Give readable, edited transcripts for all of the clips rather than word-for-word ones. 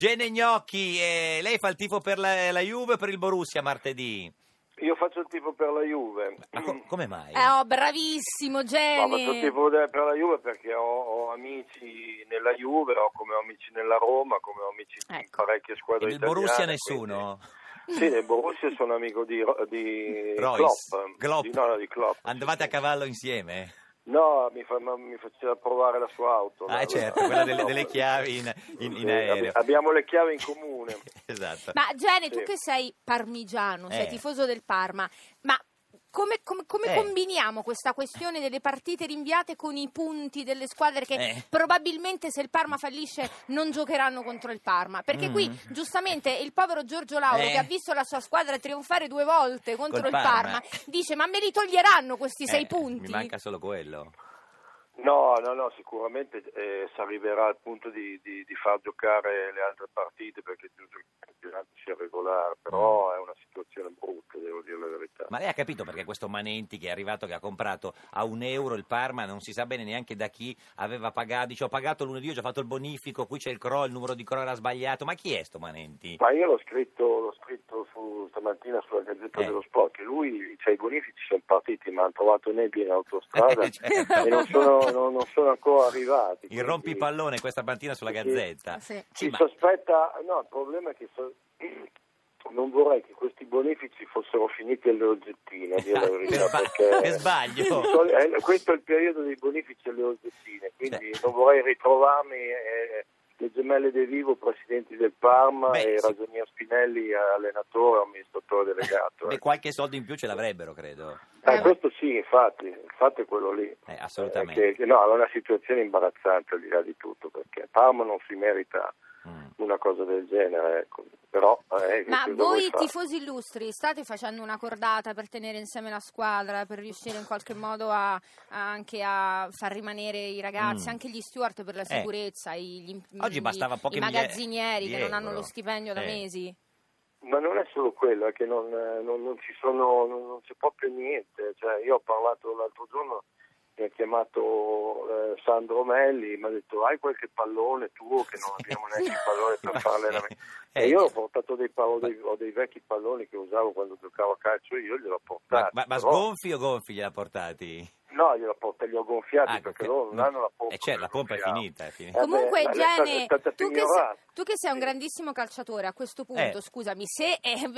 Gene Gnocchi, lei fa il tifo per la Juve o per il Borussia martedì? Io faccio il tifo per la Juve. Ma come mai? Bravissimo Gene. No, faccio il tifo per la Juve perché ho amici nella Juve, come ho amici nella Roma, come ho amici in parecchie squadre E del italiane. Borussia nessuno? Quindi... Sì, nel Borussia sono amico di Klopp. Di Klopp. Andavate a cavallo insieme? No, mi faceva provare la sua auto. Certo, quella delle chiavi in aereo. Abbiamo le chiavi in comune. Esatto. Ma Gene, tu che sei parmigiano, sei tifoso del Parma, ma come combiniamo questa questione delle partite rinviate con i punti delle squadre che probabilmente, se il Parma fallisce, non giocheranno contro il Parma? Perché qui, giustamente, il povero Giorgio Lauro, che ha visto la sua squadra trionfare 2 volte contro il Parma, dice: ma me li toglieranno questi 6 punti? Mi manca solo quello. No, sicuramente si arriverà al punto di far giocare le altre partite perché il campionato sia regolare, però è una situazione brutta, devo dire la verità. Ma lei ha capito perché questo Manenti, che è arrivato, che ha comprato a €1 il Parma, non si sa bene neanche da chi aveva pagato, dice: ho pagato lunedì, ho già fatto il bonifico, qui c'è il CRO, il numero di CRO era sbagliato. Ma chi è sto Manenti? Ma io l'ho scritto stamattina sulla Gazzetta dello Sport, che lui, i bonifici sono partiti, ma hanno trovato nebbia in autostrada certo. E non sono ancora arrivati. Il rompipallone questa mattina sulla Gazzetta. Si sospetta, il problema è che non vorrei che questi bonifici fossero finiti alle Olgettine, a dire la verità, per sbaglio. Questo è il periodo dei bonifici alle Olgettine, quindi non vorrei ritrovarmi le gemelle De Vivo, presidenti del Parma, e Ragionier Spinelli, allenatore o amministratore delegato. Qualche soldo in più ce l'avrebbero, credo. Questo sì, infatti è quello lì. Assolutamente. È una situazione imbarazzante al di là di tutto, perché Parma non si merita una cosa del genere, ecco. Però, ma voi tifosi illustri state facendo una cordata per tenere insieme la squadra, per riuscire in qualche modo anche a far rimanere i ragazzi, anche gli steward per la sicurezza, oggi bastava poche i magazzinieri che non hanno lo stipendio da mesi? Ma non è solo quello, è che non c'è proprio niente. Cioè, io ho parlato l'altro giorno, mi ha chiamato Sandro Melli, mi ha detto: hai qualche pallone tuo, che non abbiamo neanche il pallone per fare allenamento. E io ho portato dei vecchi palloni che usavo quando giocavo a calcio, io gliel'ho portati. Ma sgonfi o gonfi gliel'ha portati? No, li ho gonfiati perché loro non hanno la pompa. La pompa è finita. Comunque, Gene, tu che sei un Sì. grandissimo calciatore, a questo punto, scusami, se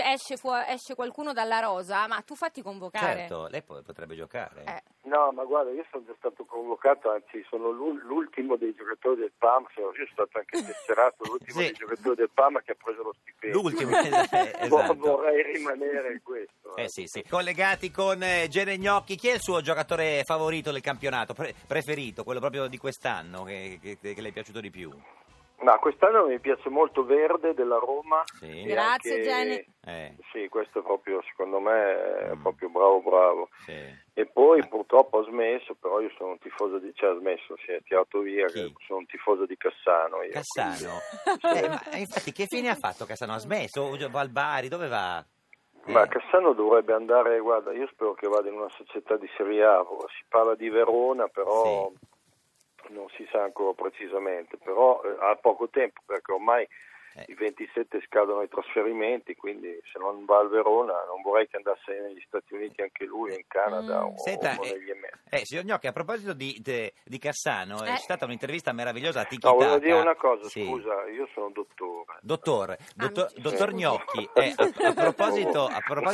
esce qualcuno dalla rosa, ma tu fatti convocare. Certo, lei potrebbe giocare. No, ma guarda, io sono già stato convocato, anzi sono l'ultimo dei giocatori del Parma, io sono stato anche tesserato, l'ultimo dei giocatori del Parma che ha preso lo stipendio. L'ultimo, esatto. Vorrei rimanere in questo. Sì. Collegati con Gene Gnocchi, chi è il suo giocatore favorito del campionato, preferito, quello proprio di quest'anno, che le è piaciuto di più? No, quest'anno mi piace molto Verde della Roma. Sì. Grazie, Gene. Sì, questo è proprio, secondo me, è proprio bravo. Sì. E poi purtroppo ha smesso, però io sono un tifoso ha smesso, si è tirato via, sono un tifoso di Cassano. Cassano? Ma infatti che fine ha fatto Cassano? Ha smesso? Va al Bari? Dove va? Ma Cassano dovrebbe andare, guarda, io spero che vada in una società di Serie A, si parla di Verona, però non si sa ancora precisamente, però ha poco tempo perché ormai i 27 scadono i trasferimenti, quindi se non va al Verona non vorrei che andasse negli Stati Uniti anche lui, o in Canada o negli Emirati. Signor Gnocchi, a proposito di Cassano, c'è stata un'intervista meravigliosa a Tiki No, Taka. volevo dire una cosa, scusa, io sono dottore. Dottor Gnocchi, a proposito,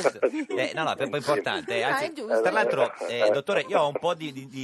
no, è importante. Anzi, tra l'altro, dottore, io ho un po'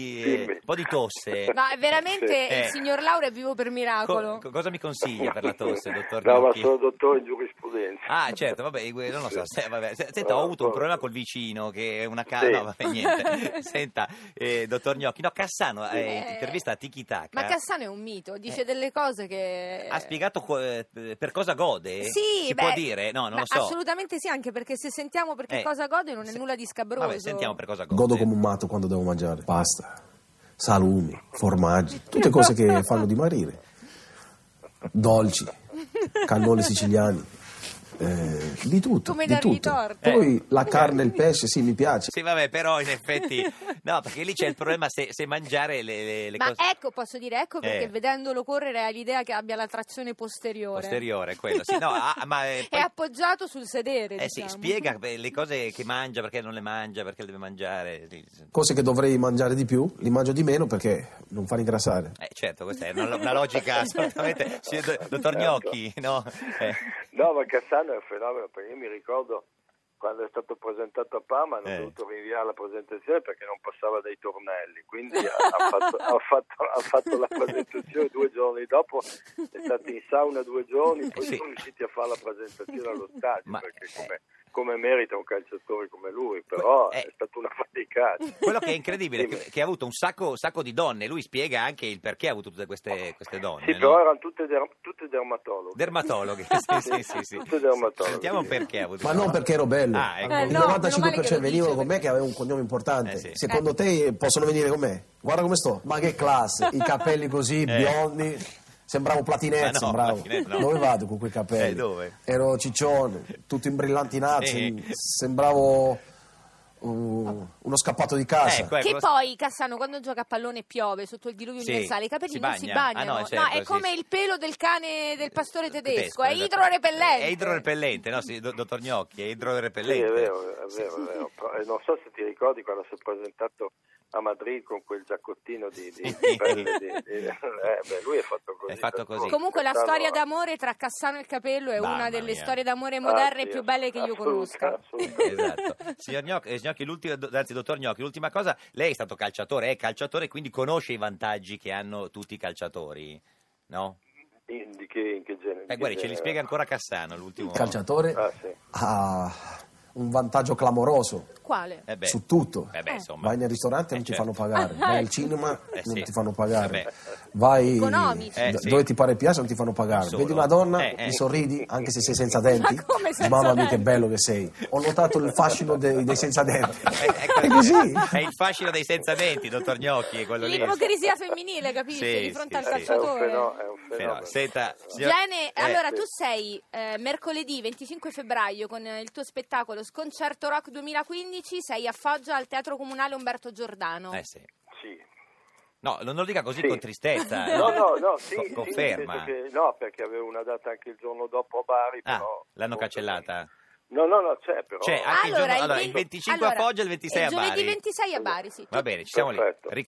di tosse. No, veramente il signor Lauro è vivo per miracolo. Cosa mi consiglia per la tosse, dottor No, Gnocchi? ma sono dottore in giurisprudenza. Certo, vabbè, non lo so. Senta, ho avuto un problema col vicino che è una casa. No, vabbè, niente. Senta, dottor Gnocchi, no, Cassano intervista a Tiki Taka. Ma Cassano è un mito, dice delle cose che ha spiegato per cosa gode? Sì, si può dire? No, non lo so. Assolutamente sì, anche perché se sentiamo per che cosa gode non è nulla di scabroso. Vabbè, sentiamo per cosa gode. Godo come un matto quando devo mangiare pasta, salumi, formaggi, tutte cose che fanno dimagrire. Dolci, cannoli siciliani, Di tutto, Come di dargli tutto. torto. Poi la carne e il pesce, sì, mi piace. Sì, vabbè, però in effetti no, perché lì c'è il problema se mangiare le Ma cose ecco, posso dire ecco perché vedendolo correre hai l'idea che abbia la trazione posteriore. quello. Sì, no, ma È poi, appoggiato sul sedere, sì, diciamo. spiega le cose che mangia, perché non le mangia, perché le deve mangiare. Cose che dovrei mangiare di più, li mangio di meno perché non fanno ingrassare. Certo, questa è una logica assolutamente. Sì, dottor Gnocchi, no? No, ma Cassano è un fenomeno, perché io mi ricordo quando è stato presentato a Parma hanno dovuto rinviare la presentazione perché non passava dai tornelli, quindi ha fatto la presentazione 2 giorni dopo, è stato in sauna 2 giorni, poi sono riusciti a fare la presentazione allo stadio, perché come merita un calciatore come lui, però è stata una faticata. Quello che è incredibile è che ha avuto un sacco di donne, lui spiega anche il perché ha avuto tutte queste donne. Sì, no? però erano tutte dermatologhe. Dermatologhe, sì. Tutte dermatologhe. Sentiamo perché ha avuto. Ma non perché ero bello. Ecco. Il no, 95% venivano dice, con me che avevo un cognome importante. Sì. Secondo te possono venire con me? Guarda come sto. Ma che classe, i capelli così, biondi. Sembravo Platinezzi, sembravo. No. Dove vado con quei capelli? Dove? Ero ciccione, tutto imbrillantinato, sembravo uno scappato di casa. Che poi, Cassano, quando gioca a pallone piove sotto il diluvio universale, i capelli non si bagnano. Certo, è come il pelo del cane del pastore tedesco, è idrorepellente. È idrorepellente, no? Sì, dottor Gnocchi, è idrorepellente. Sì, è vero. Non so se ti ricordi quando si è presentato a Madrid con quel giaccottino di pelle lui è fatto così. Comunque la storia d'amore tra Cassano e il capello è una delle storie d'amore moderne più belle che io conosca. Esatto. Signor Gnocchi, dottor Gnocchi, l'ultima cosa, lei è stato calciatore, è calciatore, quindi conosce i vantaggi che hanno tutti i calciatori, no? In che genere? Guardi, ce li spiega ancora Cassano, l'ultimo. Il calciatore ha un vantaggio clamoroso. Quale? Su tutto. Insomma. Vai nel ristorante e non ti fanno pagare, vai al cinema non ti fanno pagare, vai dove ti pare piace non ti fanno pagare, vedi una donna, gli sorridi anche se sei senza denti, mamma mia che bello che sei. Ho notato il fascino dei senza denti. È così. È il fascino dei senza denti, dottor Gnocchi, è quello lì. L'ipocrisia femminile, capisci? Di fronte al calciatore. È un fenomeno. Senta, Giene, allora tu sei mercoledì 25 febbraio con il tuo spettacolo Sconcerto Rock 2015, sei a Foggia al Teatro Comunale Umberto Giordano. Sì. No, non lo dica così con tristezza. No, conferma. No, perché avevo una data anche il giorno dopo a Bari, però l'hanno cancellata? No, c'è però. C'è anche il 25 a Foggia e il 26 a Bari. Giovedì 26 a Bari, sì. Va bene, ci siamo lì.